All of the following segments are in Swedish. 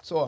Så.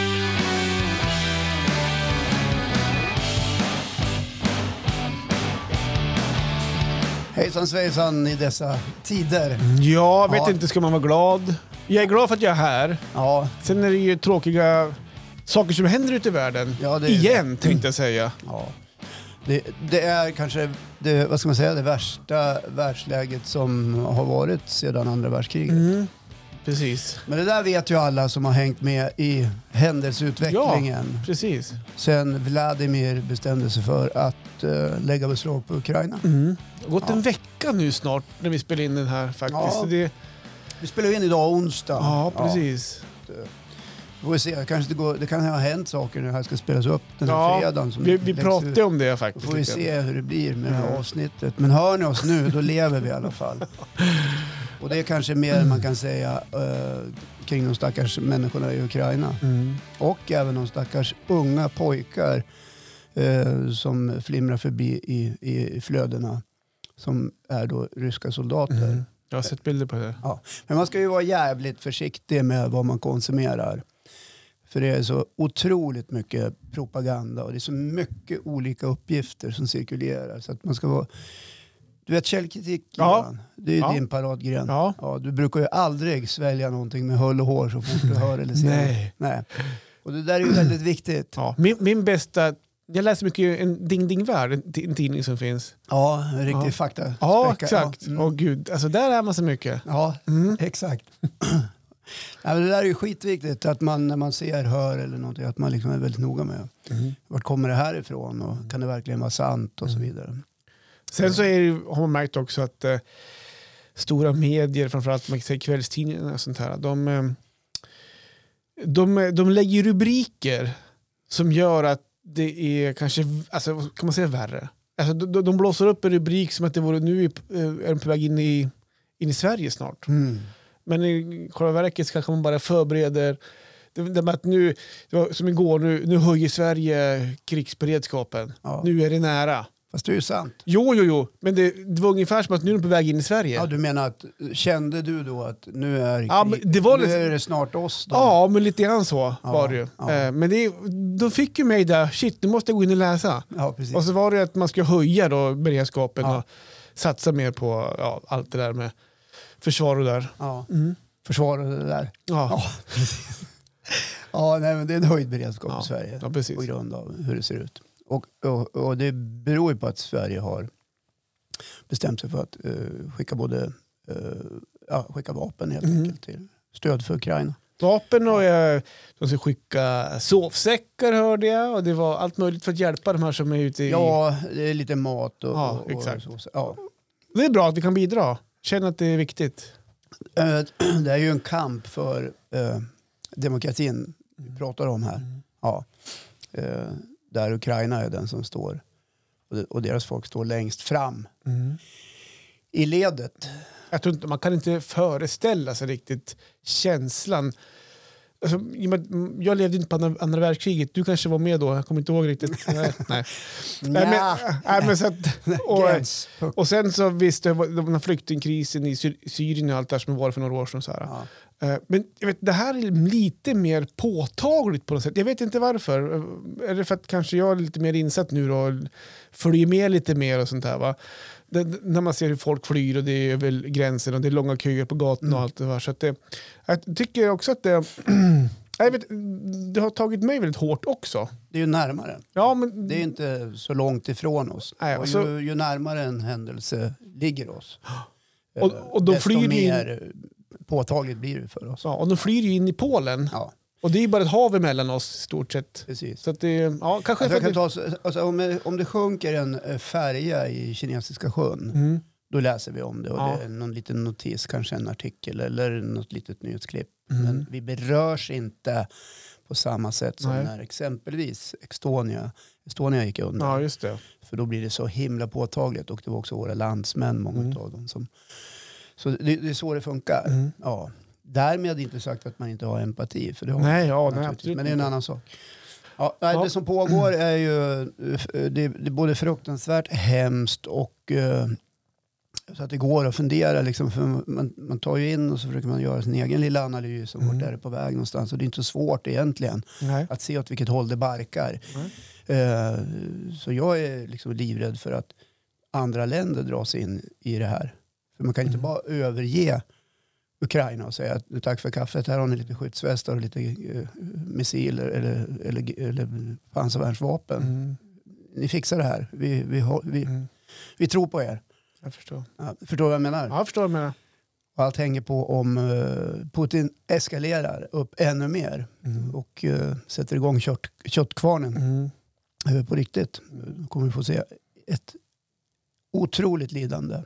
Hejsan svejsan i dessa tider. Ja, vet inte, ska man vara glad? Jag är glad för att jag är här. Ja. Sen är det ju tråkiga saker som händer ute i världen. Ja, det igen, tänkte jag säga. Ja. Det är kanske det, vad ska man säga, det värsta världsläget som har varit sedan andra världskriget. Mm, precis. Men det där vet ju alla som har hängt med i händelseutvecklingen. Ja, precis. Sen Vladimir bestämde sig för att lägga beslag på Ukraina. Mm. Det har gått en vecka nu snart när vi spelar in den här faktiskt. Ja. Vi spelar in idag onsdag. Ja, precis. Vi får se, det kan ha hänt saker när det här ska spelas upp den här fredagen. Som vi pratade om det faktiskt. Då får vi se hur det blir med det här avsnittet. Men hör ni oss nu, då lever vi i alla fall. Och det är kanske mer man kan säga kring de stackars människorna i Ukraina. Mm. Och även de stackars unga pojkar som flimrar förbi i flödena. Som är då ryska soldater. Mm. Jag har sett bilder på det. Ja. Men man ska ju vara jävligt försiktig med vad man konsumerar. För det är så otroligt mycket propaganda och det är så mycket olika uppgifter som cirkulerar. Så att man ska vara... Du vet källkritik, Johan. Det är ju din paradgren. Ja. Ja, du brukar ju aldrig svälja någonting med hull och hår så fort du hör eller ser. Nej. Och det där är ju väldigt viktigt. Ja. Min bästa... Jag läser mycket en Ding Ding Värld, en tidning som finns. Ja, en riktig fakta. Ja, exakt. Gud, alltså där är man så mycket. Ja, exakt. Ja, men det där är ju skitviktigt att man när man ser, hör eller någonting att man liksom är väldigt noga med vart kommer det här ifrån och kan det verkligen vara sant och så vidare. Sen så har man märkt också att stora medier, framförallt man kan säga kvällstidningarna och sånt här, de lägger rubriker som gör att det är kanske, alltså kan man säga värre. Alltså de blåser upp en rubrik som att det vore nu är de på väg in i Sverige snart. Mm. Men i själva verket så kanske man bara förbereder det med att nu, som igår, nu höjer Sverige krigsberedskapen. Ja. Nu är det nära. Fast det är ju sant. Jo. Men det var ungefär som att nu är de på väg in i Sverige. Ja, du menar att, kände du då att nu är är det snart oss då? Ja, men lite grann så var det ju. Ja. Men då fick ju mig där, shit, nu måste jag gå in och läsa. Ja, precis. Och så var det att man ska höja då beredskapen och satsa mer på allt det där med försvar och där. Ja, försvar och det där. Ja, precis. Ja, nej, men det är en höjd beredskap i Sverige på grund av hur det ser ut. Och det beror ju på att Sverige har bestämt sig för att skicka vapen helt enkelt till stöd för Ukraina. Vapen och de ska skicka sovsäckar hörde jag och det var allt möjligt för att hjälpa de här som är ute i... Ja, det är lite mat och exakt. Och så. Ja. Det är bra att vi kan bidra. Känner att det är viktigt. Det är ju en kamp för demokratin vi pratar om här. Ja. Där Ukraina är den som står och deras folk står längst fram i ledet. Jag tror inte, man kan inte föreställa sig riktigt känslan. Alltså, jag levde inte på andra världskriget. Du kanske var med då. Jag kommer inte ihåg riktigt. Nej. Men så att, och sen så visst den här flyktingkrisen i Syrien och allt där som var för några år sedan. Så här. Ja. Men jag vet, det här är lite mer påtagligt på något sätt. Jag vet inte varför. Är det för att kanske jag är lite mer insatt nu då och följer med lite mer och sånt här va? När man ser hur folk flyr och det är över gränsen och det är långa köer på gatan och allt det där. Så att jag tycker också att det har tagit mig väldigt hårt också. Det är ju närmare. Ja, men det är inte så långt ifrån oss. Nej, och ju närmare en händelse ligger oss. Och de desto mer påtagligt blir det för oss. Ja, och de flyr ju in i Polen. Ja. Och det är ju bara ett hav emellan oss i stort sett. Precis. Så att det, kanske om det sjunker en färja i Kinesiska sjön, då läser vi om det. Och det är någon liten notis, kanske en artikel eller något litet nyhetsklipp. Men vi berörs inte på samma sätt som när exempelvis Estonia gick under. Ja, just det. För då blir det så himla påtagligt och det var också våra landsmän, många av dem som... Så det är så det funkar. Ja. Därmed inte sagt att man inte har empati. För det har nej, absolut. Men det är en annan sak. Ja, det som pågår är ju det är både fruktansvärt hemskt och Så att det går att fundera. Liksom, för man tar ju in och så försöker man göra sin egen lilla analys om vart är det på väg någonstans. Och det är inte så svårt egentligen att se åt vilket håll det barkar. Så jag är liksom livrädd för att andra länder dras in i det här. För man kan inte bara överge Ukraina och säga att tack för kaffet, här har ni lite skyddsvästar och lite missiler eller pansarvärnsvapen. Ni fixar det här. Vi tror på er. Jag förstår. Ja, förstår du vad jag menar? Ja, jag förstår vad du menar. Och allt hänger på om Putin eskalerar upp ännu mer och sätter igång köttkvarnen på riktigt. Då kommer vi få se ett otroligt lidande.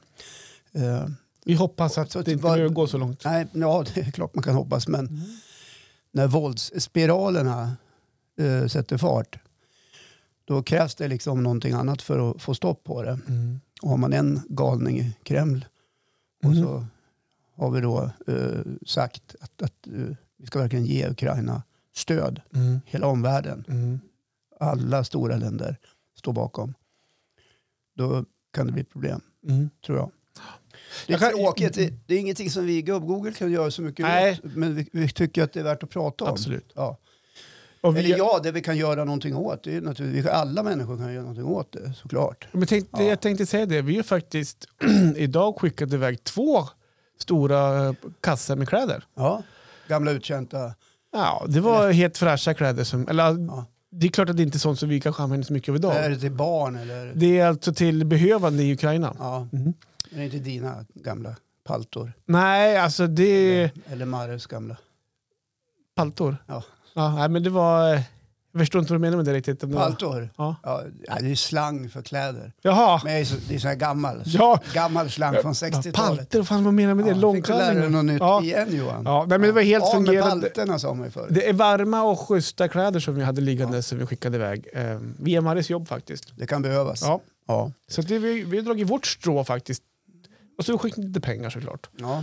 Vi hoppas att det inte behöver gå så långt. Nej, ja, det är klart man kan hoppas. Men när våldsspiralerna sätter fart, då krävs det liksom någonting annat för att få stopp på det. Och har man en galning i Kreml och så har vi då sagt att vi ska verkligen ge Ukraina stöd. Hela omvärlden. Alla stora länder står bakom. Då kan det bli problem, tror jag. Det är tråkigt. Det är ingenting som vi i Google kan göra så mycket åt, men vi tycker att det är värt att prata om. Absolut. Ja. Och det vi kan göra någonting åt. Det är naturligtvis, alla människor kan göra någonting åt det, såklart. Men jag tänkte säga det. Vi har faktiskt idag skickat iväg 2 stora kassar med kläder. Ja, gamla uttjänta. Ja, det var helt fräscha kläder. Det är klart att det inte är sånt som vi kanske använder så mycket av idag. Är det till barn? Eller? Det är alltså till behövande i Ukraina. Ja, men det är inte dina gamla paltor. Nej, alltså det... Eller Mares gamla. Paltor? Ja. Ja, men det var... Jag förstår inte vad du menar med det riktigt. Paltor? Ja. Ja, det är slang för kläder. Jaha. Men det är så här gammal slang från 60-talet. Palter, vad fan vad menar med det? Långklänning. Fick du lära dig något nytt igen, Johan? Ja, men det var helt fungerande. Med palterna sa man förr. Det är varma och schyssta kläder som vi hade liggande som vi skickade iväg. Via Maris jobb faktiskt. Det kan behövas. Ja. Så att vi har dragit vårt strå faktiskt. Och så skickade lite pengar såklart. Ja,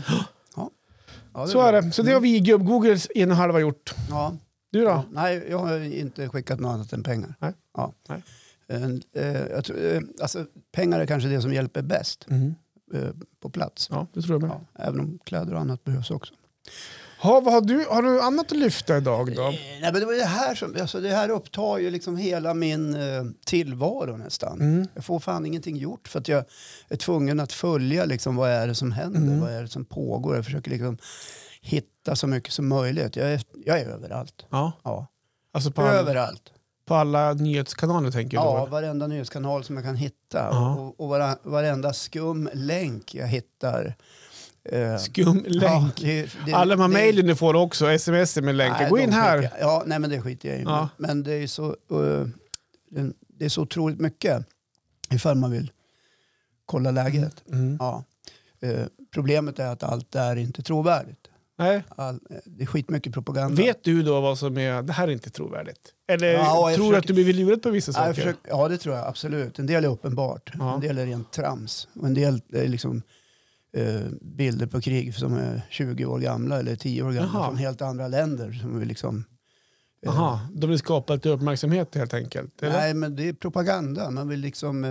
så är det. Så det har vi i Gubb-Googles 1,5 gjort. Ja. Du då? Ja, nej, jag har inte skickat något annat än pengar. Nej. Ja. Nej. Jag tror, alltså, pengar är kanske det som hjälper bäst på plats. Ja, det tror jag med. Ja, även om kläder och annat behövs också. Vad har du annat att lyfta idag då? Nej, men det var det här som, alltså, det här upptar ju liksom hela min tillvaro nästan. Jag får fan ingenting gjort för att jag är tvungen att följa liksom, vad är det som händer, vad är det som pågår. Jag försöker liksom hitta så mycket som möjligt. Jag är överallt. Ja. Alltså överallt. På alla nyhetskanaler tänker du? Ja, varenda nyhetskanal som jag kan hitta. Och varenda skum länk jag hittar. Skum länk. Ja, alla de här mejlen du får också, sms med länkar. Gå in här. Ja, nej men det skiter jag i. Ja. Men det är så det är så otroligt mycket ifall man vill kolla läget. Ja. Problemet är att allt är inte trovärdigt. Nej. Det är skitmycket propaganda. Vet du då vad som är, det här är inte trovärdigt? Eller tror du att du blir lurad på vissa saker? Ja, det tror jag absolut. En del är uppenbart. En del är rent trams. Och en del är liksom bilder på krig som är 20 år gamla eller 10 år gamla från helt andra länder som vill liksom... de vill skapa lite uppmärksamhet helt enkelt? Eller? Nej, men det är propaganda. Man vill liksom...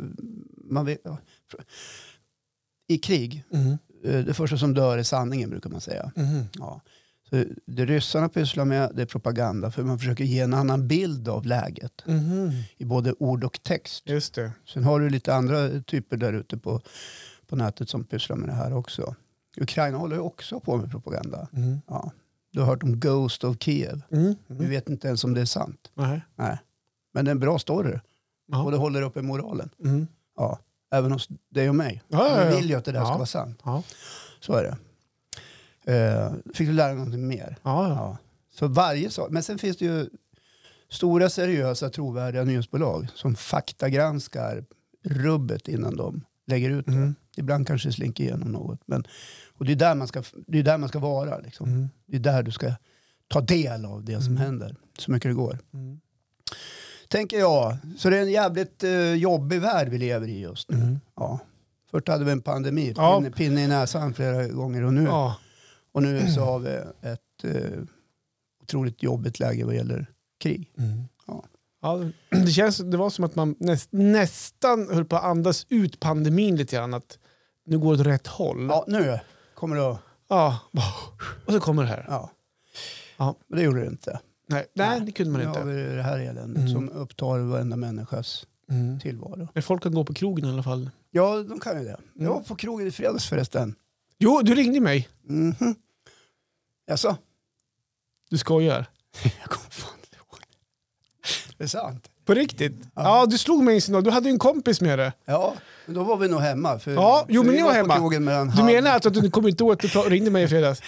I krig, det första som dör är sanningen brukar man säga. Ja. Så det ryssarna pysslar med, det är propaganda. För man försöker ge en annan bild av läget. I både ord och text. Just det. Sen har du lite andra typer där ute på nätet som pysslar med det här också. Ukraina håller ju också på med propaganda. Ja. Du har hört om Ghost of Kiev. Vi vet inte ens om det är sant. Nej. Men det är en bra story. Och det håller uppe moralen. Ja. Även hos dig och mig. Vi vill ju att det där ska vara sant. Så är det. Fick du lära dig någonting mer? Ja. Så varje sak. Men sen finns det ju stora, seriösa, trovärdiga nyhetsbolag som faktagranskar rubbet innan de lägger ut det. Ibland kanske det slinker igenom något. Och det är där man ska vara. Liksom. Det är där du ska ta del av det som händer. Så mycket det går. Tänker jag. Så det är en jävligt jobbig värld vi lever i just nu. Ja. Först hade vi en pandemi. Pinne i näsan flera gånger. Och nu så har vi ett otroligt jobbigt läge vad gäller krig. Ja, det var som att man nästan höll på att andas ut pandemin lite grann. Att nu går det åt rätt håll. Ja, nu kommer det att... Ja. Och så kommer det här. Ja. Ja. Men det gjorde det inte. Nej, det kunde man Nu inte. har vi det här eländet som upptar varenda människas tillvaro. Men folk kan gå på krogen i alla fall. Ja, de kan ju det. Jag var på krogen i fredags förresten. Jo, du ringde mig. Mhm. Jaså? Du skojar. Jag kommer fan inte ihåg. Det är sant. På riktigt? Ja, du slog mig en signal. Du hade ju en kompis med det. Ja, men då var vi nog hemma. För, Ja, jo, för men vi ni var på hemma. krogen mellan Du menar alltså att du kommer inte ihåg att du ringde mig i fredags?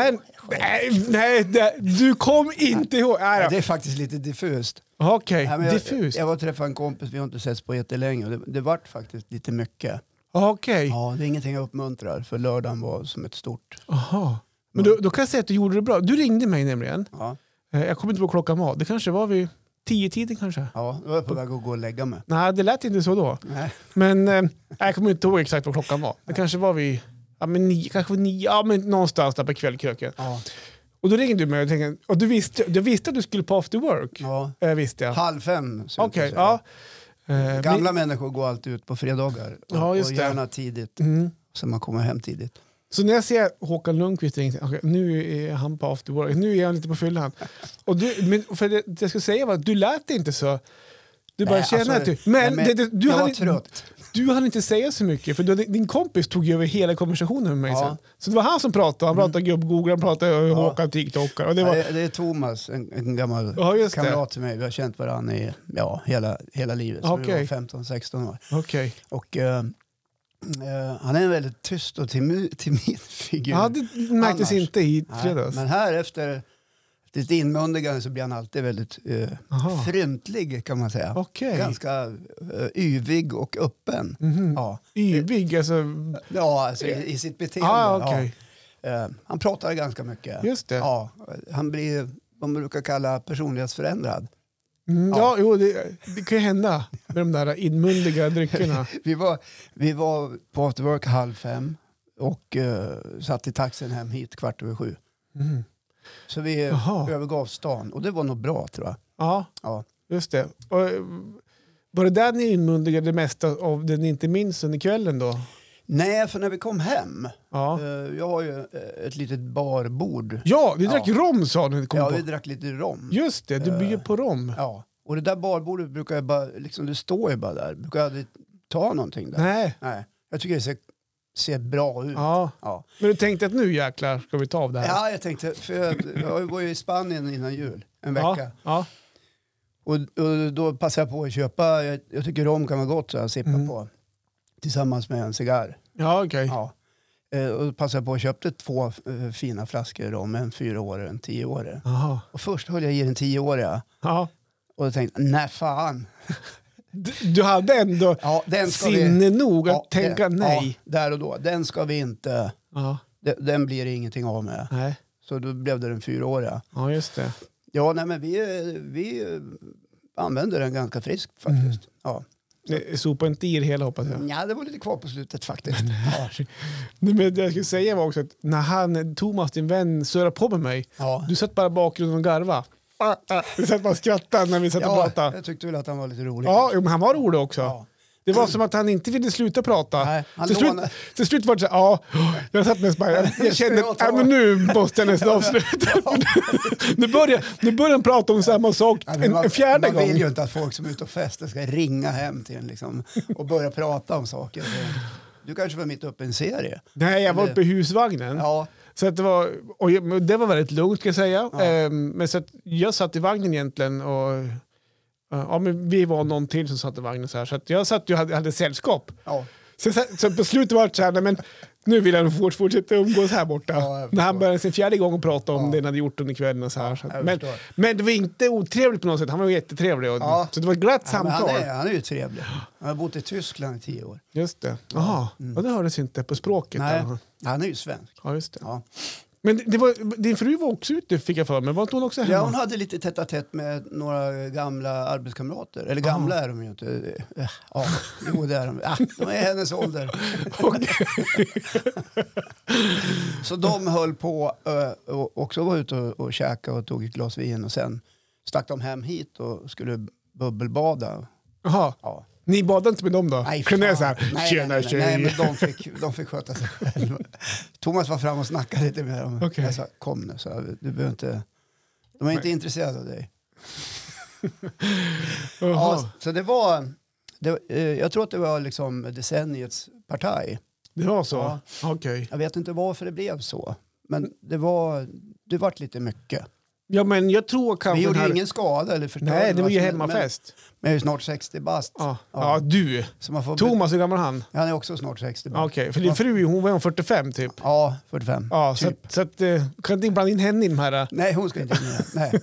Nej, du kom inte ihåg. Ja, det är faktiskt lite diffust. Okej, Ja, men diffust. Jag var och träffade en kompis, vi har inte setts på jättelänge. Det vart faktiskt lite mycket. Okej. Ja, det är ingenting jag uppmuntrar, för lördagen var som ett stort... Aha. Men då kan jag säga att du gjorde det bra. Du ringde mig nämligen. Ja, Jag kommer inte på klockan var. Det kanske var vid 10-tiden kanske. ja, då var jag på väg att gå och lägga mig. Nej, det lät inte så då. Nej. Men jag kommer inte ihåg exakt vad klockan var. Det kanske var vid 9, kanske 9, ja men någonstans där på kvällkröken. Ja. Och då ringde du mig och tänkte, och du visste att du skulle på after work. Ja. Visste jag. 4:30. Okej, ja. Gamla människor går alltid ut på fredagar. Ja, just och det. gärna tidigt. Så man kommer hem tidigt. Så när jag ser Håkan Lundqvist ringa, okay, nu är han på after work, nu är han lite på fyllan. Och för det jag skulle säga var att du lät inte så. Du bara känner att du... Men du jag hade, var trött. Du hann inte säga så mycket, för din kompis tog över hela konversationen med mig sen. Så det var han som pratade. Han pratade gubb-google, han pratade Håkan TikTokar. Och det är Thomas, en gammal kamrat till mig. Vi har känt varandra i hela livet. Så vi var 15-16 år. Okej. Och han är en väldigt tyst och timid figur. Ja, det märktes inte i fredags. Men här efter ett inmundigande så blir han alltid väldigt fryntlig, kan man säga. Okay. Ganska yvig och öppen. Ja. Yvig, alltså... Ja, alltså i sitt beteende. Okay. Han pratar ganska mycket. Just det. Ja, han blir vad man brukar kalla personlighetsförändrad. Ja, jo, det kan ju hända med de där inmundiga dryckerna. vi var på after work 4:30 och satt i taxin hem hit 6:15. Så vi övergav stan och det var nog bra, tror jag. Ja. Just det. Och, var det där ni inmundigade det mesta av det ni inte minns under kvällen då? Nej, för när vi kom hem, jag har ju ett litet barbord. Ja, vi drack rom, sa ni. Vi drack lite rom. Just det, du bygger på rom. Ja, och det där barbordet brukar jag bara, liksom, det står ju bara där. Brukar jag aldrig ta någonting där. Nej. Jag tycker det ser bra ut. Ja. Men du tänkte att nu jäklar ska vi ta av det här? Ja, jag tänkte, för jag var ju i Spanien innan jul, en vecka. Ja. Och då passade jag på att köpa, jag tycker rom kan vara gott så jag sippa på. Tillsammans med en cigarr. Ja, okej. Ja. Och då passade jag på att köpte 2 fina flaskor rom, en 4-årig och en 10-årig. Och först höll jag i den 10-åriga. Ja. Och då tänkte jag, nej fan. Du hade ändå sinne nog att tänka nej. Ja, där och då. Den ska vi inte... Den blir det ingenting av med. Nej. Så då blev det den 4-åriga. Ja, just det. Ja, nej men vi använder den ganska friskt faktiskt. Ja. Sopa inte i det hela, hoppas jag. Ja, det var lite kvar på slutet faktiskt. Men det jag skulle säga var också att när Thomas, din vän, surrade på med mig, du satt bara i bakgrunden och garva. Vi satt bara och skrattade när vi satt och pratade. Jag tyckte väl att han var lite rolig. Ja, men han var rolig också. Ja. Det var som att han inte ville sluta prata. Nej, till slut var det så här, jag satt med jag kände att men nu måste jag nästan avsluta. nu börjar han prata om samma sak en fjärde gång. Man vill ju inte att folk som är ute och festar ska ringa hem till en liksom, och börja prata om saker. Du kanske var mitt uppe i en serie. Nej, jag var uppe i husvagnen. Ja. Så att det var väldigt lugnt, ska jag säga. Ja. Men så att jag satt i vagnen egentligen och... Ja, men vi var någon till som satt i vagnen så här. Så att jag satt och hade sällskap. Ja. Så på slutet var det så här, men nu vill han fortsätta umgås här borta. Ja, när han började sin fjärde gång och prata om det han hade gjort under kvällen och så här. Så men det var inte otrevligt på något sätt. Han var jättetrevlig. Så det var ett glatt samtal. Han är ju trevlig. Han har bott i Tyskland i 10 år. Just det. Jaha, och det hördes inte på språket. Nej, han är ju svensk. Ja, just det. Ja. Men din fru var också ute, fick jag för mig. Var inte hon också hemma? Ja, hon hade lite tätt med några gamla arbetskamrater. Eller gamla är de ju inte. Ja, jo, det är de. Ja, de är hennes ålder. Så de höll på och också var ute och käka och tog ett glas vin. Och sen stack de hem hit och skulle bubbelbada. Jaha. Ja. Ni badade inte med dem då? Nej, kunde jag fan. säga, tjena tjej. Nej, men de fick sköta sig själva. Thomas var fram och snackade lite med dem. Okay. Jag sa, kom nu, så du behöver inte... De är inte intresserade av dig. Ja, så det var... jag tror att det var liksom decenniets partaj. Det var så? Ja. Okej. Jag vet inte varför det blev så. Men det var lite mycket. Ja, men jag tror kanske... Vi gjorde ju ingen skada eller förstörde. Nej, det var ju hemmafest. Men jag är ju snart 60 bast. Ja, du. Så man får Thomas, hur gammal är han? Han är också snart 60 bast. Okej, för din fru, hon var 45 typ. Ja, 45. Ja, typ. så att kan inte blanda in henne i de här... Nej, hon ska inte med. Nej.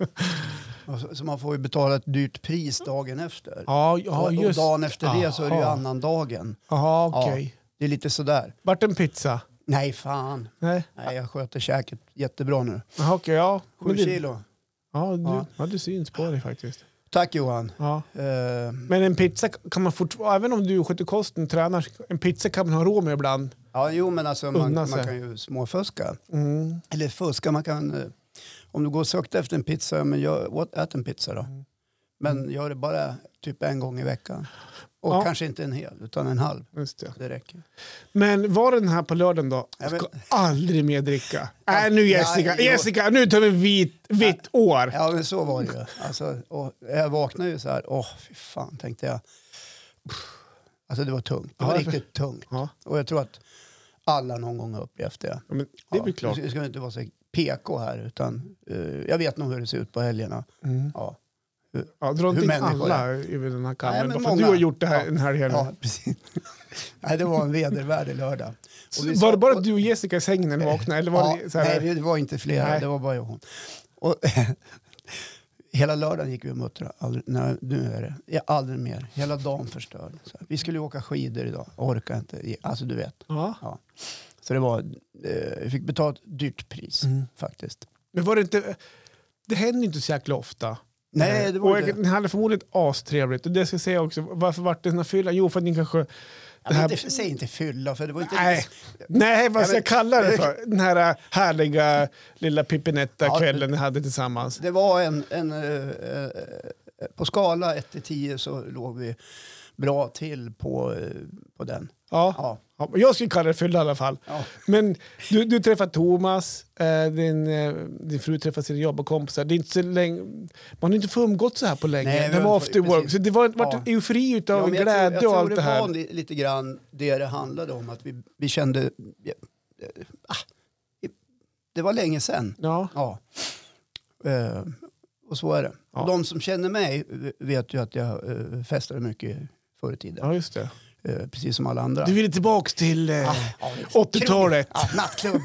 Så man får ju betala ett dyrt pris dagen efter. Ja, och just. dagen efter det så är det ju annan dagen. Jaha, okej. Ja, det är lite sådär. Vart en pizza? Nej, fan. Nej, jag sköter käket jättebra nu. jaha, okej, ja. 7 kilo. Ja, du syns på dig faktiskt. Tack Johan. Ja. Men en pizza kan man fortfarande, även om du sköter kosten, tränar, en pizza kan man ha råd med ibland. Ja, jo, men alltså man kan ju småfuska. Mm. Eller fuska, man kan... Om du går och sökte efter en pizza, men ät en pizza då. Men gör det bara typ en gång i veckan. Och kanske inte en hel, utan en halv. Just det. Det räcker. Men var den här på lördagen då? Jag ska aldrig mer dricka. Nu Jessica, nu tar vi vitt år. Ja, men så var det ju. Alltså, och jag vaknade ju så här, fy fan, tänkte jag. Alltså det var tungt. Det var riktigt tungt. Ja. Och jag tror att alla någon gång har upplevt det. Ja, men det är väl klart. Jag ska inte vara så PK här, utan jag vet nog hur det ser ut på helgerna. Mm. Ja. Dra inte in alla över den här kameran. Nej, för du har gjort det här den här helgen. Ja, precis. Nej, det var en vedervärdig lördag. Var det bara du och Jessica i sängen när ni vaknade? Eller var det så här? Nej, det var inte flera. Nej. Det var bara jag och hon. Och hela lördagen gick vi och muttrade. Nu är det. Aldrig mer. Hela dagen förstörd. Vi skulle åka skidor idag. Orkar inte. Alltså du vet. Ja. Så det var... jag fick betala ett dyrt pris faktiskt. Men var det inte... Det händer inte så jäkla ofta. Nej, det var inte. Ni hade förmodligen astrevligt. Och det ska jag säga också. Varför var det den här fyllan? Jo, för att ni kanske... Säg inte fylla, för det var inte... Nej, vad ska jag kalla det för? Den här härliga lilla Pippinetta-kvällen ni hade tillsammans. Det var på skala 1-10 så låg vi bra till på den. Ja. Jag skulle kalla det fylla i alla fall. Ja. Men du träffar Thomas, din fru träffar sina jobbarkompisar. Det är inte så länge, man har inte får umgått så här på länge. Nej, det var after work. Så det var en eufori utav glädje och allt det här. Jag tror det var lite grann det handlade om. Att vi kände... det var länge sedan. Ja. Och så är det. Ja. Och de som känner mig vet ju att jag festade mycket förr i tiden. Ja, just det. Precis som alla andra. Du ville tillbaka till 80-talet. Nattklubb.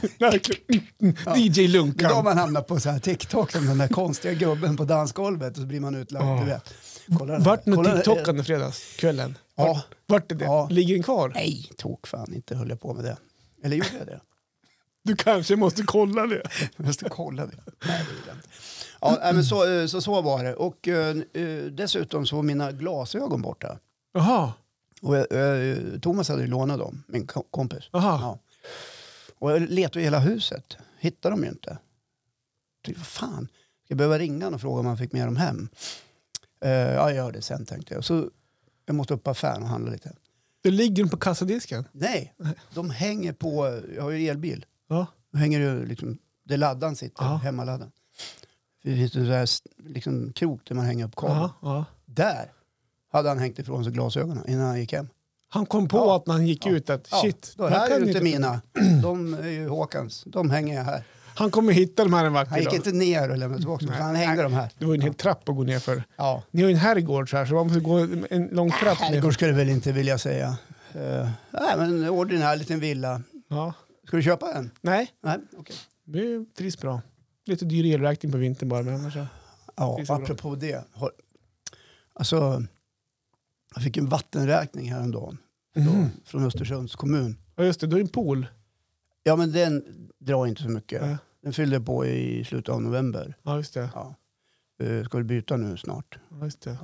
DJ Lunkan. Då man hamnar på så här TikTok som den där konstiga gubben på dansgolvet och så blir man utlagd, du vet. Vart med TikTokan i fredagskvällen? Ja. Vart är det? Ja. Ligger den kvar? Nej, tog fan inte höll jag på med det. Eller gjorde jag det? Du kanske måste kolla det. Jag måste kolla det. Nej, det är inte. Ja, men så var det. Och dessutom så var mina glasögon borta. Jaha. Och Thomas hade lånat dem, min kompis. Ja. Och jag letade i hela huset. Hittade dem ju inte. Vad fan? Jag behöver ringa och fråga om han fick med dem hem. Jag gör det sen, tänkte jag. Och så jag måste upp på affären och handla lite. Det ligger på kassadisken? Nej, de hänger på... Jag har ju elbil. Ja. Då hänger det liksom... Där laddan sitter, hemmaladdan. Det finns en sån här liksom krok där man hänger upp kabeln. Där hade han hängt ifrån sig glasögonen innan han gick hem. Han kom på att när han gick ut att shit. Då här är ju inte mina. De är ju Håkans. De hänger jag här. Han kommer hitta de här en vacker dag. Han gick inte ner och lämnade tillbaka. Så han hängde de här. Det var en hel trapp att gå ner för. Ja. Ni har ju en herrgård så här så man måste gå en lång trapp. Herrgård skulle väl inte vilja säga. Nej, men en ordinär liten villa. Ja. Ska du köpa en? Nej. Okay. Det trivs bra. Lite dyr elräkning på vintern bara. Men annars apropå det. Alltså, jag fick en vattenräkning häromdagen. Från Östersunds kommun. Ja just det, du har en pool. Ja, men den drar inte så mycket. Den fyllde på i slutet av november. Ja, just det. Ja. Ska vi byta nu snart? Ja, just det.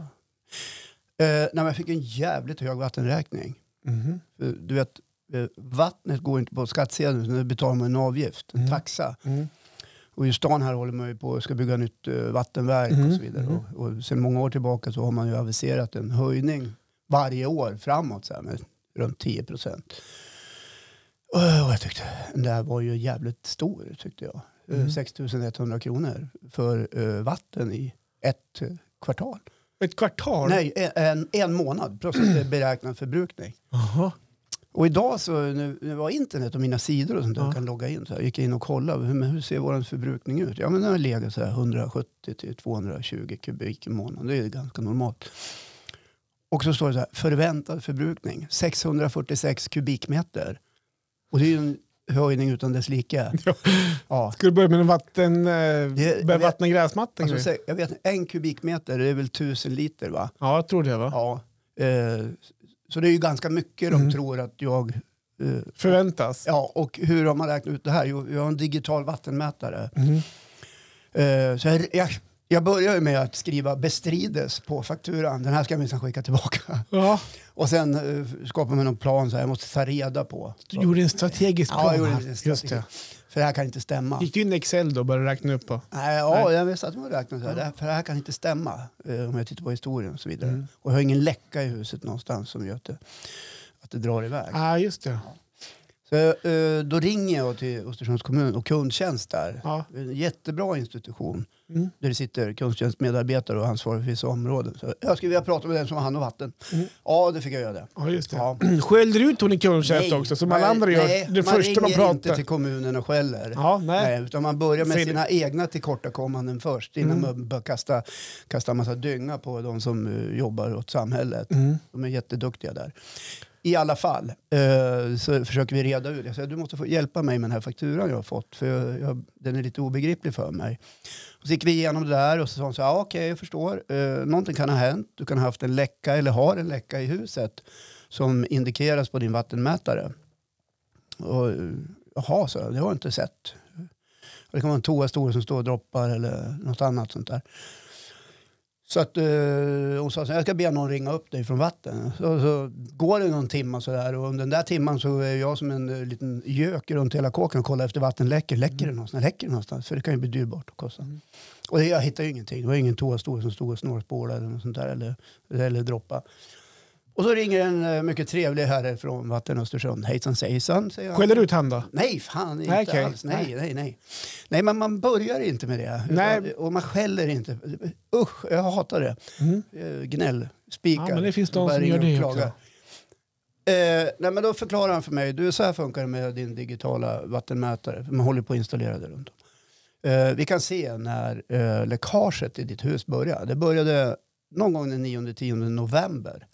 Jag fick en jävligt hög vattenräkning. Du vet, vattnet går inte på skattsedeln, så det betalar man en avgift, en taxa. Och i stan här håller man ju på att ska bygga nytt vattenverk och så vidare. Och sedan många år tillbaka så har man ju aviserat en höjning varje år framåt så här, med runt 10%. Och jag tyckte den där var ju jävligt stor, tyckte jag. 6 100 kronor för vatten i ett kvartal. Ett kvartal? Nej, en månad plus beräknad förbrukning. Aha. Och idag så, nu var internet och mina sidor och sånt där, jag kan logga in. Så jag gick in och kollade, hur ser vår förbrukning ut? Ja, men den har legat så här 170 till 220 kubik i månaden. Det är ganska normalt. Och så står det så här, förväntad förbrukning 646 kubikmeter. Och det är ju en höjning utan dess like. Ja. Ska du börja med vattna gräsmattan? Alltså, jag vet, 1 kubikmeter, det är väl 1000 liter va? Ja, jag tror det va? Ja. Så det är ju ganska mycket de tror att jag... förväntas. Ja, och hur har man räknat ut det här? Jo, jag har en digital vattenmätare. Så jag börjar ju med att skriva bestrides på fakturan. Den här ska jag minst skicka tillbaka. Ja. Och sen skapar man någon plan så här, jag måste ta reda på. Du gjorde en strategisk plan. Ja, jag gjorde en strategisk. Just det. För det här kan inte stämma. Gick du in i Excel då och började räkna upp på? Nej, ja, jag visste att man räknade så här. För det här kan inte stämma om jag tittar på historien och så vidare. Och jag har ingen läcka i huset någonstans som gör att det drar iväg. Ja, just det. Så då ringer jag till Östersunds kommun och kundtjänst där. Ja. En jättebra institution. Där det sitter kundtjänstmedarbetare och ansvarar för vissa områden. Så jag skulle vilja prata med den som har hand om vatten. Ja, det fick jag göra det. Ja, just det. Ja. Skällde du ut hon i kundtjänst också? Som alla andra gör. Det första man de pratar. inte till kommunen och skäller. Ja, nej. Utan man börjar med Säg sina egna tillkortakommanden först. Innan man börjar kasta en massa dynga på de som jobbar åt samhället. De är jätteduktiga där. I alla fall så försöker vi reda ut. Jag säger, du måste få hjälpa mig med den här fakturan jag har fått. För den är lite obegriplig för mig. Och så gick vi igenom det där och så sa hon så här, okej, jag förstår. Någonting kan ha hänt. Du kan ha haft en läcka eller har en läcka i huset som indikeras på din vattenmätare. Och, jaha, så det har jag inte sett. Det kan vara en toastol som står och droppar eller något annat sånt där. Så att hon sa så jag ska be någon ringa upp dig från vatten. Så går det någon timma så där och under den där timman så är jag som en liten gök runt hela kåken och kollar efter vatten läcker det någonstans? För det kan ju bli dyrbart och kosta. Och jag hittade ju ingenting. Det var ingen toastol som stod och snårspårade eller något sånt där eller droppa. Och så ringer en mycket trevlig herre från Vatten Östersund. Hejsan sejsan, säger han. Skäller du ut han då? Nej, fan inte alls. Nej. Nej, men man börjar inte med det. Nej. Och man skäller inte. Usch, jag hatar det. Gnäll, spikar. Ja, men det finns de som gör det också. Nej, men då förklarar han för mig. Så här funkar det med din digitala vattenmätare. Man håller på att installera det runt om. Vi kan se när läckaget i ditt hus börjar. Det började någon gång den 9-10 november.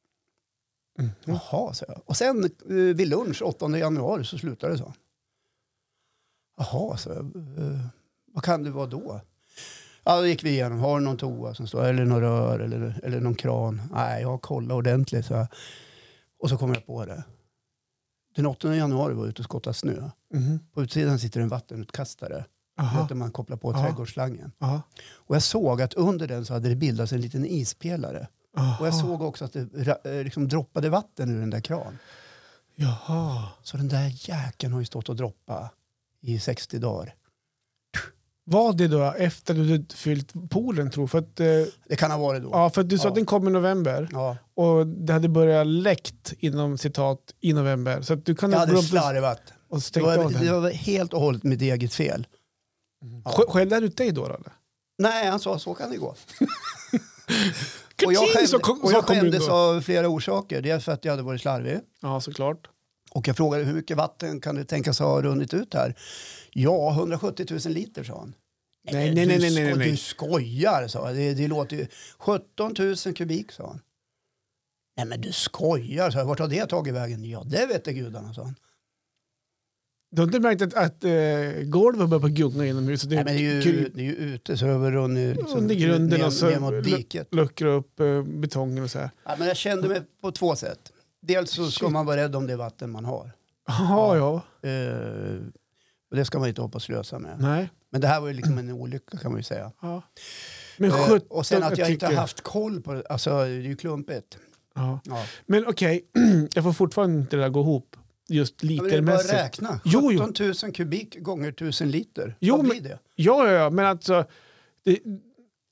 Jaha, så jag. Och sen vid lunch 8 januari så slutade det så. Jaha, så jag. Vad kan det vara då? Ja, då gick vi igenom. Har du någon toa som står, eller någon rör eller någon kran? Nej, jag har kollat ordentligt. Så. Och så kom jag på det. Den 8 januari var jag ute och skottade snö. På utsidan sitter en vattenutkastare. Där man kopplar på trädgårdsslangen. Och jag såg att under den så hade det bildats en liten ispelare. Och jag såg också att det liksom droppade vatten ur den där kran. Jaha. Så den där jäkeln har ju stått och droppat i 60 dagar. Var det då efter du fyllt poolen tror för att, det kan ha varit då. Ja, för att du sa att den kom i november. Ja. Och det hade börjat läckt inom citat i november. Så att du kan jag hade slarvat. Och det var helt och hållet mitt eget fel. Skällde han ut dig då eller? Nej, han sa så kan det gå. Och jag skämdes av flera orsaker. Dels för att jag hade varit slarvig. Ja, såklart. Och jag frågade hur mycket vatten kan du tänkas ha runnit ut här? Ja, 170 000 liter, sa han. Nej. Du skojar, sa jag. Det låter ju... 17 000 kubik, sa han. Nej, men du skojar, sa jag. Vart har det tagit vägen? Ja, det vet jag gudarna, sa han. Du har inte märkt att golvet börjar på gunga inomhus? Nej, men det är ju ute så det har runnit liksom, under grunden och så mot diket. Luckrar upp betongen och så här. Ja, men jag kände mig på 2 sätt. Dels så ska man vara rädd om det vatten man har. Ja. Och det ska man inte hoppas slösa med. Nej. Men det här var ju liksom en olycka kan man ju säga. Ja. Men och sen att jag inte har haft koll på det. Alltså det är ju klumpigt. Ja. Men okej, jag får fortfarande inte det där gå ihop. Just litermässigt. Jag vill bara räkna. 17 000 kubik gånger 1000 liter. Jo, vad blir det? Ja, men alltså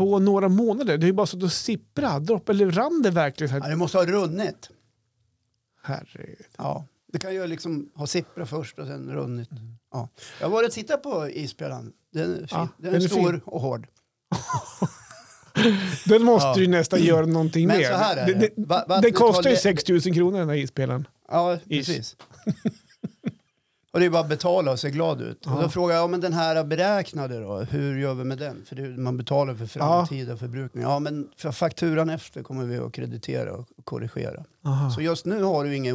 på några månader. Det är ju bara så att sippra, dropp, eller rann det verkligen? Ja, det måste ha runnit. Herregud. Ja, det kan ju liksom ha sippra först och sen runnit. Ja. Jag var och tittade på isspelaren. Den är fin. Ja, den är den är stor fin. och hård. Den måste ju nästan göra någonting Men mer. så här är det. Det kostar ju 6 000 kronor den här isspelaren. Ja, precis. Och det är bara att betala och se glad ut. Och då frågar jag, men den här beräknade då, hur gör vi med den? För man betalar för framtida förbrukning. Ja, men för fakturan efter kommer vi att kreditera och korrigera. Aha. Så just nu har du ingen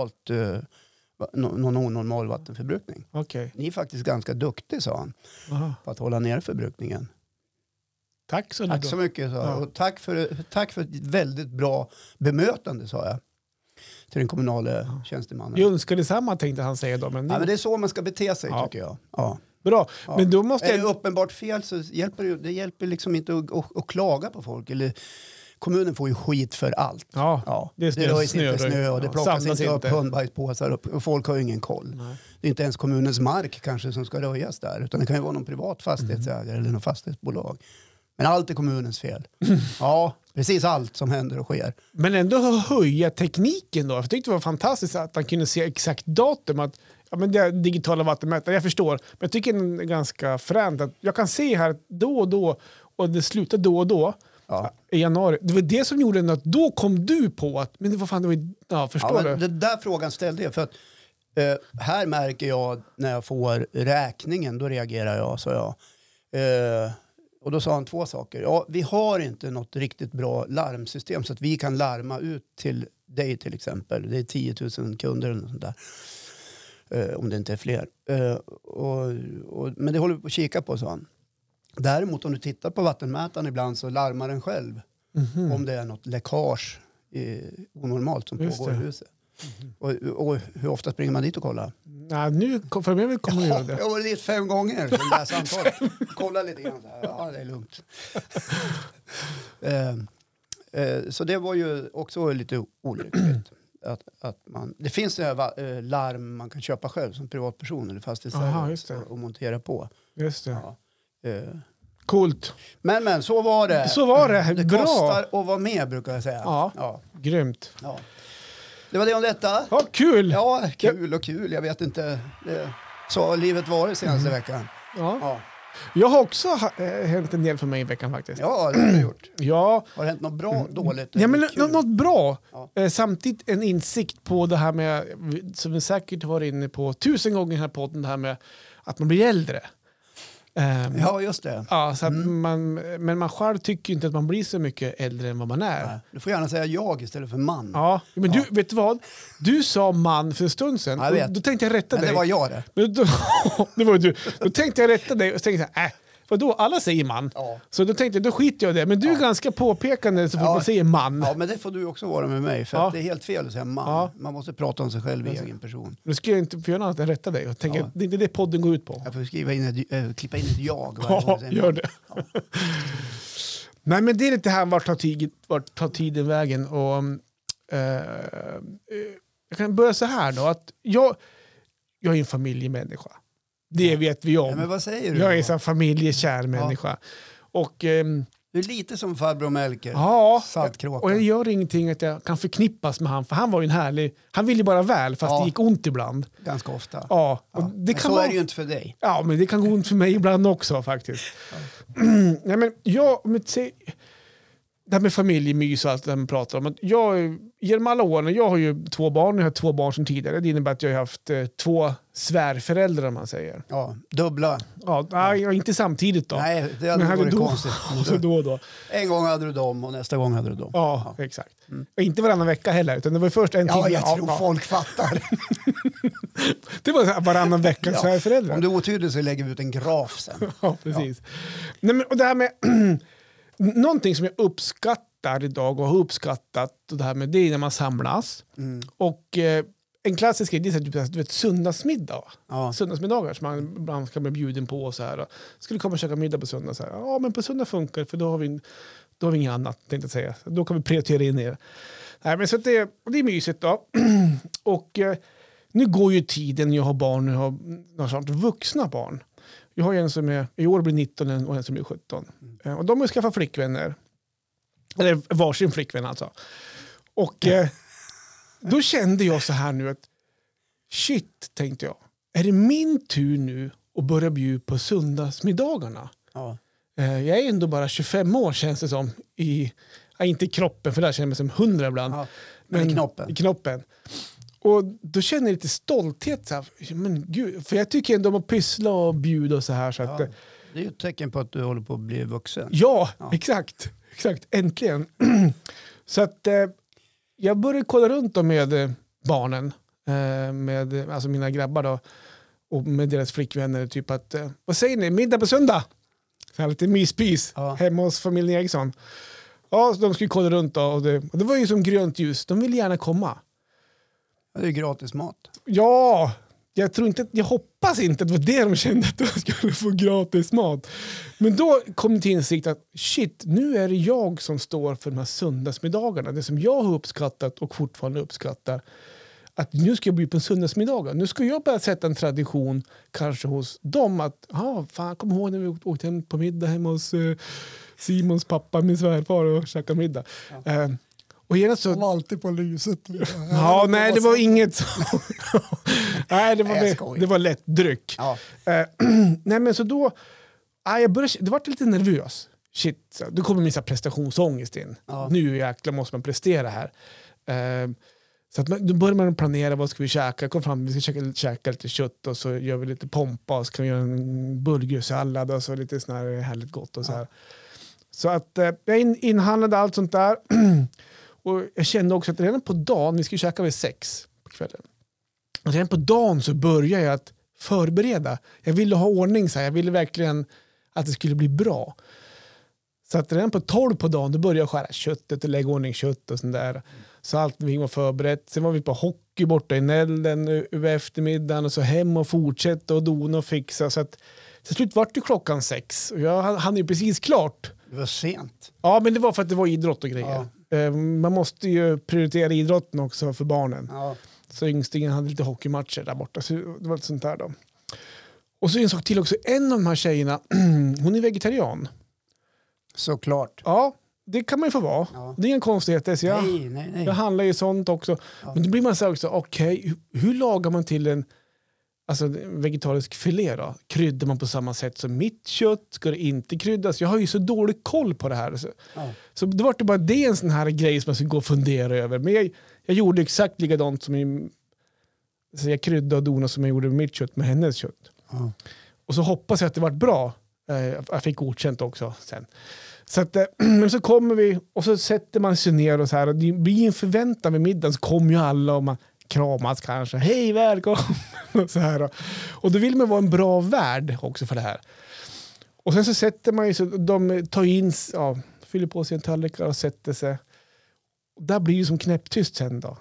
någon onormal vattenförbrukning. Okej. Ni är faktiskt ganska duktiga, sa han, Aha. på att hålla ner förbrukningen. Tack så Tack så mycket, sa jag. Och tack för ett väldigt bra bemötande, sa jag. Till den kommunala tjänstemannen. Jag önskar detsamma, tänkte han säga då. Men Ja, men det är så man ska bete sig, tycker jag. Ja. bra. Ja. Men då måste Är det jag... uppenbart fel så hjälper liksom inte att klaga på folk. Eller, kommunen får ju skit för allt. Ja, det röjs inte snö och det plockas samlas inte upp hundbajspåsar och folk har ju ingen koll. Nej. Det är inte ens kommunens mark kanske som ska röjas där, utan det kan ju vara någon privat fastighetsägare eller någon fastighetsbolag. Men allt är kommunens fel. Ja, precis allt som händer och sker. Men ändå höja tekniken då. Jag tyckte det var fantastiskt att han kunde se exakt datum. Att, ja, men det är digitala vattenmätare, jag förstår. Men jag tycker det är ganska fränt att jag kan se här då och då och det slutar då och då. Ja. I januari. Det var det som gjorde att då kom du på att, men vad fan, det var, ja, förstår du? Det där frågan ställde jag för att här märker jag när jag får räkningen, då reagerar jag, sa jag. Och då sa han 2 saker. Ja, vi har inte något riktigt bra larmsystem så att vi kan larma ut till dig till exempel. Det är 10 000 kunder eller något sånt där. Om det inte är fler. Men det håller vi på att kika på, sa han. Däremot om du tittar på vattenmätaren ibland så larmar den själv. Om det är något läckage onormalt som pågår i huset. Och hur ofta springer man dit och kollar? Nej, nu framöver kommer jag göra det. Jag har varit dit 5 gånger sen det här samtalet. Kolla lite grann så här. Ja, det är lugnt. Så det var ju också lite olyckligt. Det finns det här larm man kan köpa själv som privatperson eller fastighetsägare och montera på. Just det. Ja. Coolt. Men så var det. Så var det. Det Bra. kostar att vara med, brukar jag säga. Ja. Grymt. Ja. Det var det om detta. Ja, kul. Ja, kul och kul. Jag vet inte. Så har livet varit senaste veckan. Ja. Jag har också hänt en del för mig i veckan faktiskt. Ja, det har du gjort. Ja. Har det hänt något bra, dåligt? Ja, men något bra. Ja. Samtidigt en insikt på det här med, som vi säkert var inne på 1000 gånger i den här podden, det här med att man blir äldre. Ja, just det. Ja, så att men man själv tycker inte att man blir så mycket äldre än vad man är. Nej, du får gärna säga jag istället för man. Ja, men du, vet du vad? Du sa man för en stund sedan. Jag vet. Och då tänkte jag rätta Men dig. det var jag det. Det var du. Då tänkte jag rätta dig och tänkte jag, vadå? Alla säger man. Ja. Så då tänkte jag, då skiter jag i det. Men du är ganska påpekande så fort man säger man. Ja, men det får du också vara med mig. För att det är helt fel att säga man. Ja. Man måste prata om sig själv i egen person. Då ska jag inte få göra annat än rätta dig. Och tänka, det är inte det podden går ut på. Jag får klippa in ett jag. Ja, gör det. Ja. Nej, men det är lite här, vart tar tiden vägen? Och, jag kan börja så här då. Att jag är en familjemänniska. Det vet vi om. Ja, men vad säger du? Jag är en familjekär människa. Och, du är lite som farbror Melker. ja, Saltkråka. och jag gör ingenting att jag kan förknippas med han. För han var ju en härlig... Han ville ju bara väl, fast det gick ont ibland. Ganska ofta. Ja, och Ja. det Men kan så vara... är det ju inte för dig. Ja, men det kan gå ont för mig ibland också faktiskt. Nej, men det här med familjemys och allt det där man pratar om. Att genom alla åren, jag har ju 2 barn, jag har 2 barn sedan tidigare. Det innebär att jag har haft 2 svärföräldrar, om man säger. Ja, dubbla. Ja, nej, inte samtidigt då. Nej, det hade varit konstigt. Så då och då. En gång hade du dem och nästa gång hade du dem. Ja, exakt. Och inte varannan vecka heller, utan det var först en tid. Ja, jag tror folk fattar. Det var så här varannan vecka svärföräldrar. Om du är otydlig så lägger vi ut en graf sen. Ja, precis. Nej, men, och det här med någonting som jag uppskattar idag och har uppskattat, och det här med, det är när man samlas. Och en klassisk grej, det är du vet, söndagsmiddag. Ja. Söndagsmiddagar som man ibland ska bli bjuden på och så här. Skulle komma och käka middag på söndag så här. Ja, men på söndag funkar, för då har vi inget annat, tänkte jag säga. Då kan vi prioritera in er. Nej, men så att det är mysigt då. Och nu går ju tiden, jag har barn, jag har snart vuxna barn. Jag har en som är, i år blir 19 och en som blir 17. Och de har skaffat flickvänner. Eller varsin flickvän alltså. Och då kände jag så här nu att shit, tänkte jag. Är det min tur nu att börja bjuda på söndagsmiddagarna? Ja. Jag är ändå bara 25 år känns det som. Inte i kroppen, för där känner jag mig som 100 ibland. Ja. Men i knoppen. Och då känner jag lite stolthet. Så här, men gud, för jag tycker ändå om att pyssla och bjuda och så här. Så att, Det är ju ett tecken på att du håller på att bli vuxen. ja. Exakt. Äntligen. Så att jag började kolla runt då med barnen. Med alltså mina grabbar då. Och med deras flickvänner. Typ att, vad säger ni? Middag på söndag? Så här lite myspis. Hemma hos familjen Eriksson. Ja, så de skulle kolla runt då. Och det var ju som grönt ljus. De ville gärna komma. Det är gratis mat. Ja, jag hoppas inte att det var det de kände, att de skulle få gratis mat. Men då kom det till insikt att shit, nu är det jag som står för de här söndagsmiddagarna. Det som jag har uppskattat och fortfarande uppskattar. Att nu ska jag bli på en söndagsmiddag. Nu ska jag börja sätta en tradition kanske hos dem. Att, fan, kom ihåg när vi åkte hem på middag hemma hos Simons pappa, min svärfar, och käkade middag. Ja. Och genast så... Han var alltid på lyset. Ja, nej, det var inget så. Nej, det var lätt dryck. Ja. Nej, men så då... det var lite nervös. Shit, så, då kommer min prestationsångest in. Ja. Nu jäkla måste man prestera här. Så att då börjar man planera, vad ska vi käka? Kom fram, vi ska käka lite kött och så gör vi lite pompa och så kan vi göra en burgersallad och så lite sån här härligt gott och så här. Så att jag inhandlade allt sånt där. Och jag kände också att redan på dagen, vi skulle käka vid 6 på kvällen. Och redan på dagen så började jag att förbereda. Jag ville ha ordning så här. Jag ville verkligen att det skulle bli bra. Så att redan på 12 på dagen då började jag skära köttet och lägga ordning kött och sånt där. Så allt var förberett. Sen var vi på hockey borta i Nälden över eftermiddagen och så hem och fortsätta och dona och fixa. Så att till slut var det klockan 6 och jag hann ju precis klart. Det var sent. Ja, men det var för att det var idrott och grejer. Ja. Man måste ju prioritera idrotten också för barnen. Ja. Så yngstingen hade lite hockeymatcher där borta. Så det var lite sånt där då. Och så en sak till också. En av de här tjejerna, hon är vegetarian. Såklart. Ja, det kan man ju få vara. Ja. Det är en konstighet. Så nej. Jag handlar ju sånt också. Ja. Men då blir man så också, okej, hur lagar man till en vegetarisk filé då? Kryddar man på samma sätt som mitt kött? Ska det inte kryddas? Jag har ju så dålig koll på det här. Så det var bara det en sån här grej som man ska gå och fundera över. Men jag gjorde exakt likadant som så jag kryddade och donade som jag gjorde med mitt kött med hennes kött. Ja. Och så hoppas jag att det var bra. Jag fick godkänt också sen. Så att, men så kommer vi och så sätter man sig ner och så här. Och det blir en förväntan vid middagen, så kommer ju alla och man kramas kanske. Hej, välkommen! och så här. Och då vill man vara en bra värd också för det här. Och sen så sätter man ju, så de tar in, fyller på sig en tallrik och sätter sig. Och där blir ju som knäpptyst sen då.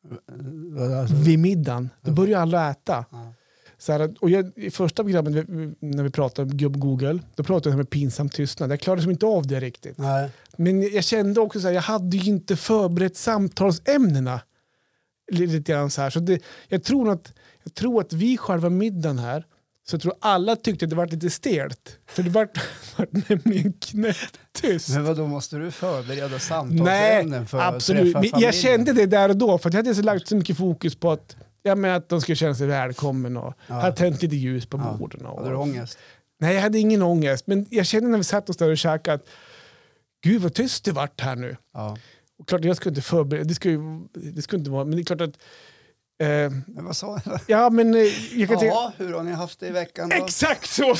Vid middagen. Då börjar alla äta. Ja. Så här, och i första programmet när vi pratade om Google, då pratade jag med pinsam tystnad. Jag klarade som inte av det riktigt. Nej. Men jag kände också så här, jag hade ju inte förberett samtalsämnena lite grann så här. Så jag tror att vi själva middagen här, så jag tror alla tyckte att det var lite stelt. För det var nämligen knäpptyst. Men då måste du förbereda samtalsämnen för absolut. Att träffa familjen? Jag kände det där och då, för jag hade så lagt så mycket fokus på att att de skulle känna sig välkommen och hade tänt lite ljus på borden. Hade du ångest? Nej, jag hade ingen ångest. Men jag kände när vi satt oss där och käkade att gud vad tyst det vart här nu. Ja. Och klart jag skulle inte förbereda, det skulle inte vara, men det är klart att men vad sa jag? Ja, men jag kan hur har ni haft det i veckan då? Exakt så.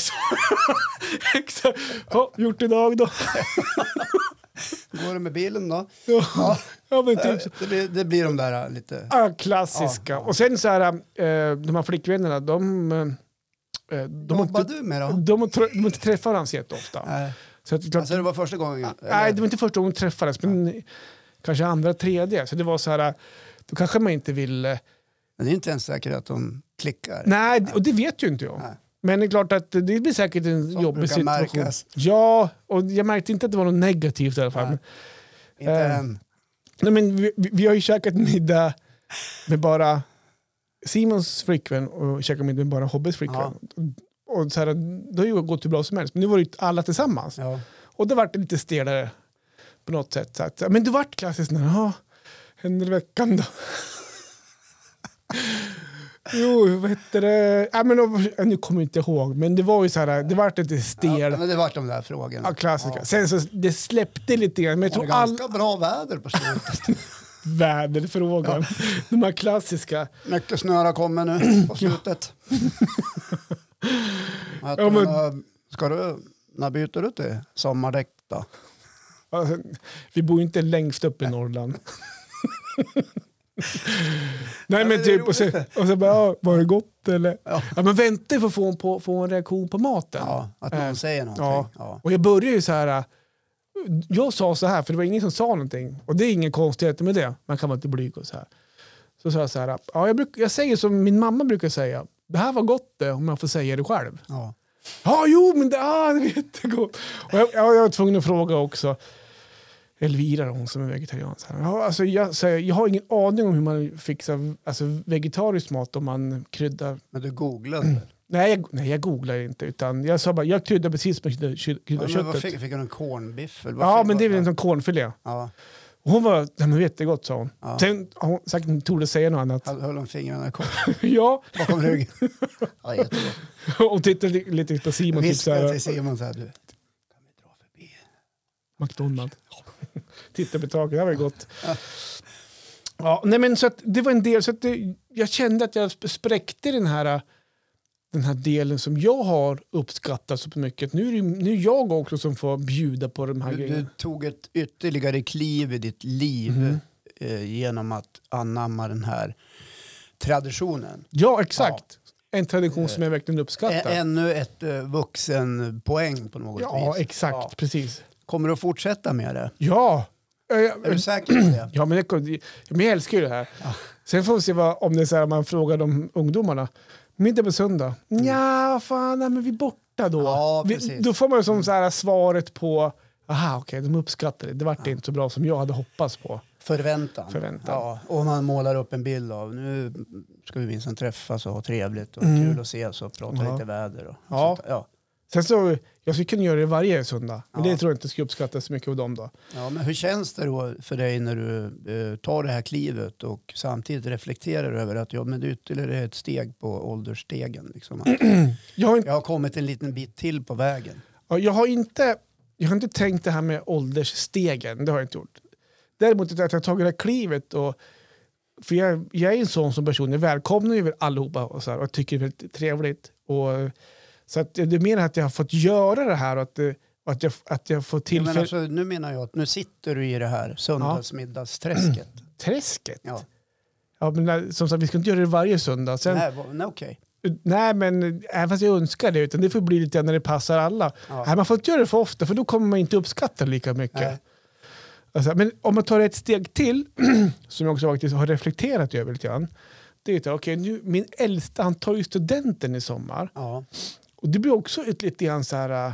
Exakt. Gjort idag då. Går det med bilen då? Ja, men typ. Det blir de där lite... klassiska. Ja. Och sen så här, de här flickvännerna, de jobbar du med då? De har inte träffat varandra jätteofta. Nej. Så att, alltså det var första gången? Eller? Nej, det var inte första gången de träffades, men kanske andra, tredje. Så det var så här, då kanske man inte vill... Men det är inte ens säkert att de klickar. Nej, och det vet ju inte jag. Nej. Men det är klart att det blir säkert en jobbig situation. Märkas. Ja, och jag märkte inte att det var något negativt i alla fall. Nej, inte än. Nej, men vi har ju käkat middag med bara Simons flickvän och käkat middag med bara Hobbys flickvän. Ja. Och så här, det har ju gått hur bra som helst. Men nu var det ju alla tillsammans. Ja. Och det vart lite stelare på något sätt. Så att, men det vart klassiskt när händer i veckan då. Jo, vad heter det? Ja, men, nu kommer jag inte ihåg. Men det var ju så här, det vart lite stel. Ja, men det vart de där frågorna. Ja, klassiska. Ja. Sen så det släppte lite grann. Men jag Det tror var ganska bra väder på slutet. väderfrågan. De här klassiska. Mycket snöra kommer nu på slutet. Ja, men, När byter du till sommardäck då? alltså, vi bor ju inte längst upp i Norrland. Nej, men typ, och så bara, var det gott eller? Ja. Ja, men vänta för att få en reaktion på maten. Ja, att någon säger någonting. Ja. Ja. Och jag började ju så här, jag sa så här, för det var ingen som sa någonting. Och det är ingen konstighet med det. Man kan vara inte blyg och så här. Så sa jag så här, ja, jag säger som min mamma brukar säga. Det här var gott det, om jag får säga det själv. Ja. Ja, jo, men det är jättegott. Och jag var tvungen att fråga också. Elvira, hon som är vegetarian. Ja, alltså jag har ingen aning om hur man fixar vegetarisk mat om man kryddar. Men du googlade? Nej, jag googlar inte. Utan jag sa bara, jag kryddar precis med köttet. Fick hon en cornbiff? Ja, men det är väl en sån cornfilé. Ja. Och hon var, det var jättegott, sa hon. Ja. Sen har hon sagt inte tog det säga något annat. Höll hon fingrarna i kors Ja. bakom ryggen? Ja, jättebra. Och tittade lite på Simon. Typ Viskade till Simon så här, du, kan vi dra förbi McDonald's. Titta på taket, det var gott. Ja, nej, men så att det var en del, så att jag kände att jag spräckte den här delen som jag har uppskattat så mycket. Nu är jag också som får bjuda på de här grejerna. Du tog ett ytterligare kliv i ditt liv genom att anamma den här traditionen. Ja, exakt. En tradition som jag verkligen uppskattar. Ännu ett vuxenpoäng på något vis. Ja, exakt. Precis. Kommer du att fortsätta med det? Ja. Är du säker på det? Ja, men jag älskar ju det här. Ja. Sen får vi se om det är så här, man frågar de ungdomarna. Middag på söndag. Ja, vad fan, nej, men vi är borta då. Ja, precis. Då får man ju som så här svaret på, okej, de uppskattar det. Det var inte så bra som jag hade hoppats på. Förväntan. Ja, och man målar upp en bild av nu ska vi minst träffas och ha trevligt och kul att ses och prata lite väder. Och sånt. Ja. Sen så, jag skulle kunna göra det varje söndag. Men det tror jag inte ska uppskattas så mycket av dem då. Ja, men hur känns det då för dig när du tar det här klivet och samtidigt reflekterar över att men det är ytterligare ett steg på åldersstegen? Liksom. Jag har kommit en liten bit till på vägen. Ja, jag har inte tänkt det här med åldersstegen. Det har jag inte gjort. Däremot att jag har tagit det här klivet för jag är en sån som person. Jag välkomnar ju allihopa och så här, och tycker det är väldigt trevligt. Och så att det är mer att jag har fått göra det här och att jag får tillfälle. Men alltså, nu menar jag att nu sitter du i det här söndagsmiddagsträsket. Träsket? Ja. Ja, men som sagt, vi ska inte göra det varje söndag. Sen, Nej, okej. Nej, men även fast jag önskar det, utan det får bli lite när det passar alla. Ja. Nej, man får inte göra det för ofta, för då kommer man inte uppskatta det lika mycket. Alltså, men om man tar ett steg till, som jag också faktiskt har reflekterat över lite grann, det är att min äldsta, han tar ju studenten i sommar. Ja. Och det blir också lite grann så här,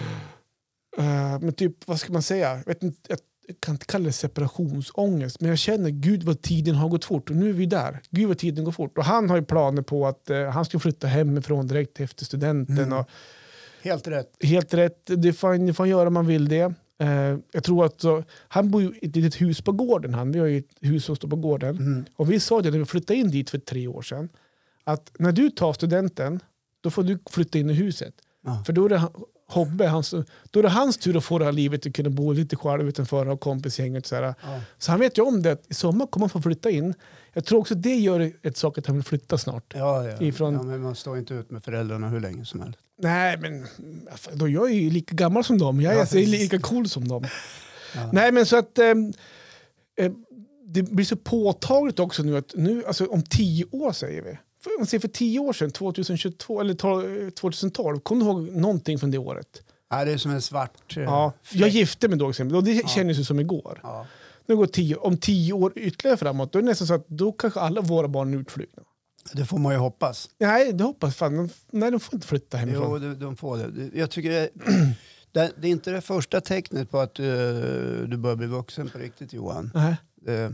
men typ, vad ska man säga? Jag kan inte kalla det separationsångest, men jag känner, gud vad tiden har gått fort och nu är vi där. Gud vad tiden går fort. Och han har ju planer på att han ska flytta hemifrån direkt efter studenten. Och, Helt rätt. helt rätt, det får han göra om man vill det. Jag tror att han bor ju i ett litet hus på gården. Vi har ju ett hus som står på gården. Och vi sa det när vi flyttade in dit för 3 år sedan, att när du tar studenten, då får du flytta in i huset. Ja. För då är det då är det hans tur att få det här livet att kunna bo lite själv utanför och ha kompisgänget. Så så han vet ju om det, att i sommar kommer han få flytta in. Jag tror också det gör ett sak att han vill flytta snart. Ja, men man står inte ut med föräldrarna hur länge som helst. Nej, men då jag är ju lika gammal som dem. Jag är lika cool som dem. Ja. Nej, men så att det blir så påtagligt också nu att alltså, om 10 år säger vi. För 10 år sedan, 2022 eller 2012, kommer du ihåg någonting från det året? Ja, det är som en svart... Ja, jag gifte mig då exempel, och det kändes ju som igår. Ja. Nu går om 10 år ytterligare framåt, då är det nästan så att då kanske alla våra barn är utflugna. Det får man ju hoppas. Nej, det hoppas fan. Nej, de får inte flytta hemifrån. Jo, de får det. Jag tycker det är inte det första tecknet på att du börjar bli vuxen på riktigt, Johan. Nej.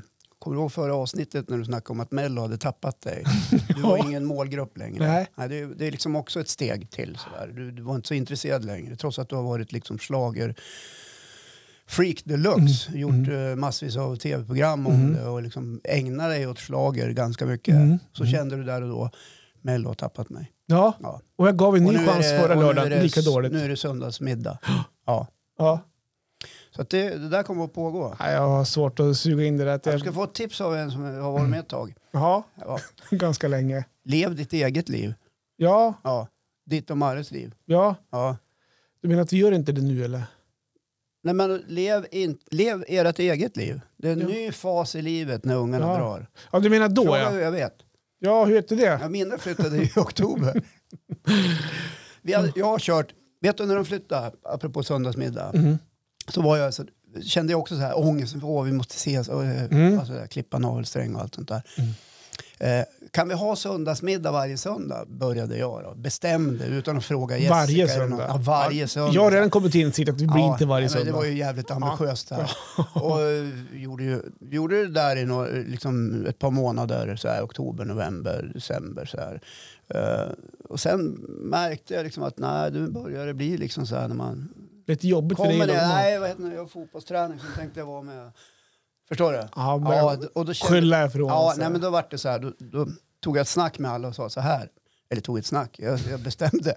Kommer du ihåg förra avsnittet när du snackade om att Mello hade tappat dig? Du var ingen målgrupp längre. Nej, det är liksom också ett steg till. Sådär. Du var inte så intresserad längre. Trots att du har varit liksom schlager freak deluxe. Gjort massvis av tv-program om det. Och liksom ägnar dig åt schlager ganska mycket. Så kände du där och då, Mello har tappat mig. Ja, och jag gav en ny chans förra lördagen. Lika dåligt. Nu är det söndagsmiddag. Ja. Så att det där kommer att pågå. Ja, jag har svårt att suga in det där. Jag ska få ett tips av en som har varit med ett tag. Ja. Ganska länge. Lev ditt eget liv. Ja. Ditt och Mares liv. Ja. Ja. Du menar att vi gör inte det nu eller? Nej, men lev ert eget liv. Det är en ny fas i livet när ungarna drar. Ja, du menar då? Fråga hur jag vet. Ja, hur heter det? Ja, mina flyttade i oktober. Jag har kört, vet du när de flyttade, apropå söndagsmiddag, så var jag så, kände jag också så här ångest, vi måste ses och alltså, klippa navelsträng och allt sånt där. Kan vi ha söndagsmiddag varje söndag, började jag då. Bestämde utan att fråga Jessica. Varje söndag? Ja, varje söndag. Jag har redan kommit in till att det blir inte varje söndag. Det var ju jävligt ambitiöst här. Och gjorde det där i liksom ett par månader, så här, oktober, november, december. Så här. Och sen märkte jag liksom att nu börjar det bli liksom så här när man... Lite jobbigt för dig. Jag har fotbollsträning så tänkte jag vara med... Förstår du? Ja, och då skylla ifrån. Ja, nej, men då var det så här. Då tog jag ett snack med alla och sa så här. Eller tog ett snack. Jag bestämde.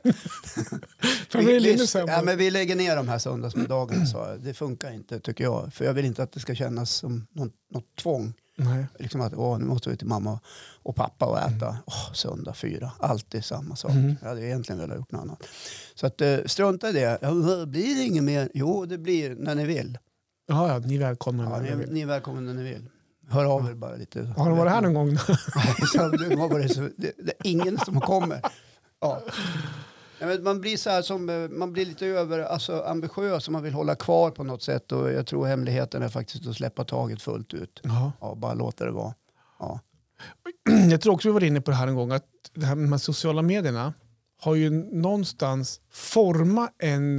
Vi lägger ner de här söndagsmiddagarna. Så det funkar inte, tycker jag. För jag vill inte att det ska kännas som något tvång. Nej. Liksom att nu måste vi till mamma och pappa och äta. Söndag 4. Alltid samma sak. Jag hade egentligen velat gjort något annat. Så att strunta i det. Blir det inget mer? Jo, det blir när ni vill. Ja, ni är välkomna. Ni är välkomna när ni vill. Hör av er bara lite. Har de varit här någon gång? Det är ingen som kommer. Ja. Man blir så här man blir lite ambitiös och man vill hålla kvar på något sätt, och jag tror hemligheten är faktiskt att släppa taget fullt ut. Ja, bara låta det vara. Ja. Jag tror också vi var inne på det här en gång, att det här med sociala medierna har ju någonstans format en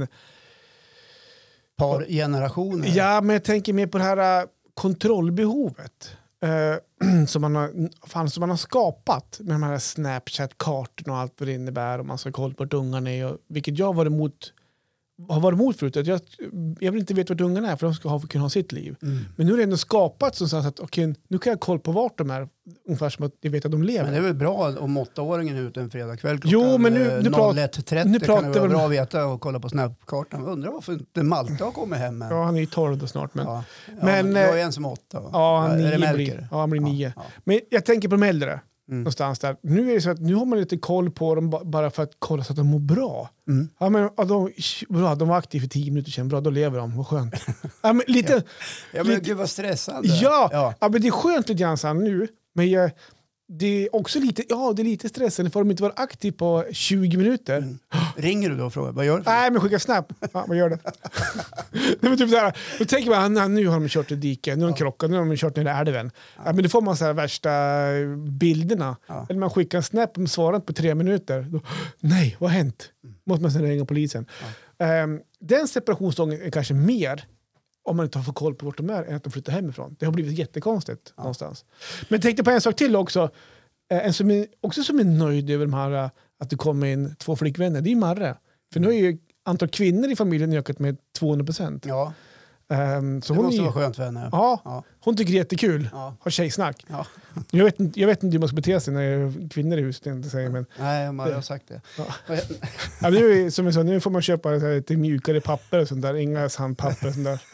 par generationer. Ja, men jag tänker mer på det här kontrollbehovet som man har skapat med de här Snapchat-kartorna och allt vad det innebär, och man ska kolla på vart ungarna är, vilket jag har varit emot förut. Att jag vill inte veta vart ungarna är, för de ska kunna ha sitt liv. Men nu är det ändå skapat så att nu kan jag kolla på vart de är, ungefär som att jag vet att de lever. Men det är väl bra om 8-åringen är ute en fredagkväll klockan 01.30 kan det vara bra att veta och kolla på Snapkartan. Undrar varför inte Malte har kommit hem än. Ja, han är ju 12 snart. Men du har ju en som 8. Ja, han blir 9. Ja. Men jag tänker på de äldre. Någonstans där. Nu är det så att nu har man lite koll på dem bara för att kolla så att de mår bra. Ja, men de var aktiva för 10 minuter sedan. Bra, då lever de. Vad skönt. Ja, men lite, men gud vad stressande. Ja, men det är skönt lite grann nu. Men det är också lite stressande, för de inte vara aktiv på 20 minuter. Ringer du då och frågar, vad gör du? Nej, men skicka snap. Ja, vad gör det? Men typ såhär, då tänker man, nu har de kört ett dike, nu har de krockat, nu har de kört ner i älven. Ja, men då får man så här värsta bilderna. Eller man skickar en snap och svarar på 3 minuter. Då, nej, vad har hänt? Måste man sedan ringa polisen. Den separationsdagen är kanske mer om man inte har fått koll på vart de är än att de flyttar hemifrån. Det har blivit jättekonstigt någonstans. Men tänkte på en sak till också. En som är nöjd över de här, att det kommer in 2 flickvänner. Det är Marre. För nu är ju antal kvinnor i familjen ökat med 200%. Ja. Så det måste vara skönt för henne. Ja. Hon tycker det är jättekul. Har tjejsnack. Ja. Jag vet inte hur man ska bete sig när kvinnor i huset inte säger. Men nej, man har sagt det. Ja, det är, som jag sa, nu får man köpa lite mjukare papper och sånt där. Inga sandpapper och sånt där.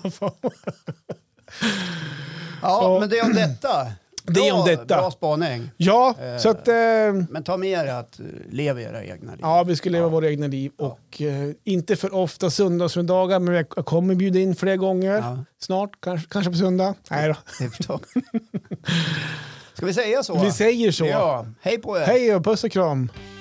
Men det är om detta. Bra spaning. Ja, så att... men ta med er att leva era egna liv. Ja, vi ska leva våra egna liv. Och inte för ofta söndagar, men jag kommer bjuda in fler gånger. Snart, kanske på söndag. Nej då. Ska vi säga så? Vi säger så. Ja. Hej på er. Hej och puss och kram.